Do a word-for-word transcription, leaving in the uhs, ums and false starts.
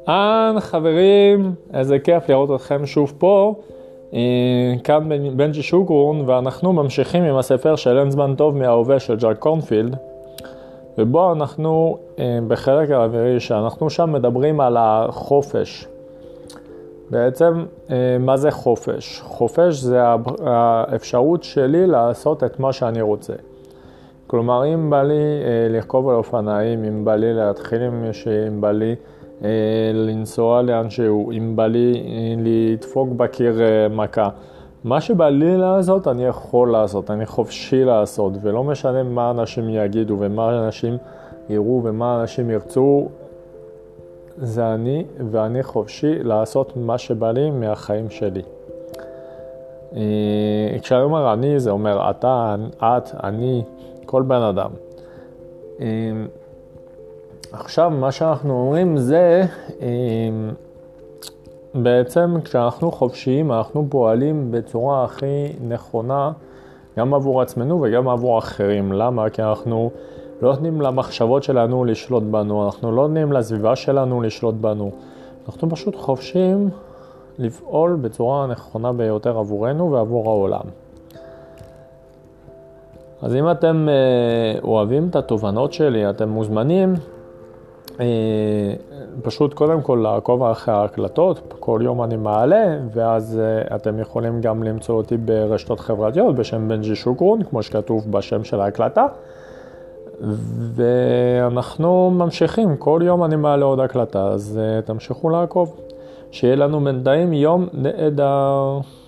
אהלן חברים, איזה כיף לראות אתכם שוב פה. כאן בנג'י שוקרון, ואנחנו ממשיכים עם הספר של אין זמן טוב מההווה של ג'ק קורנפילד, ובו אנחנו בחלק הרביעי שאנחנו שם מדברים על החופש. בעצם מה זה חופש? חופש זה האפשרות שלי לעשות את מה שאני רוצה. כלומר, אם בא לי לרכוב על אופניים, אם בא לי להתחיל עם מישהו, אם בא לי לנסוע לאן שהוא, אם בא לי לדפוק בקיר מכה, מה שבא לי לעשות אני יכול לעשות, אני חופשי לעשות, ולא משנה מה אנשים יגידו ומה אנשים יראו ומה אנשים ירצו, זה אני, ואני חופשי לעשות מה שבא לי מהחיים שלי. כשאני אומר אני, זה אומר אתה, את, אני, כל בן אדם. עכשיו מה שאנחנו אומרים זה, בעצם כשאנחנו חופשיים אנחנו פועלים בצורה הכי נכונה גם עבור עצמנו וגם עבור אחרים. למה? כי אנחנו לא נותנים למחשבות שלנו לשלוט בנו, אנחנו לא נותנים לסביבה שלנו לשלוט בנו, אנחנו פשוט חופשיים לפעול בצורה הנכונה ביותר עבורנו ועבור העולם. אז אם אתם אוהבים את התובנות שלי, אתם מוזמנים פשוט קודם כל לעקוב אחרי ההקלטות, כל יום אני מעלה, ואז אתם יכולים גם למצוא אותי ברשתות חברתיות בשם בנג'י שוקרון, כמו שכתוב בשם של ההקלטה, ואנחנו ממשיכים, כל יום אני מעלה עוד הקלטה, אז תמשיכו לעקוב. שיהיה לנו בינתיים יום נהדר.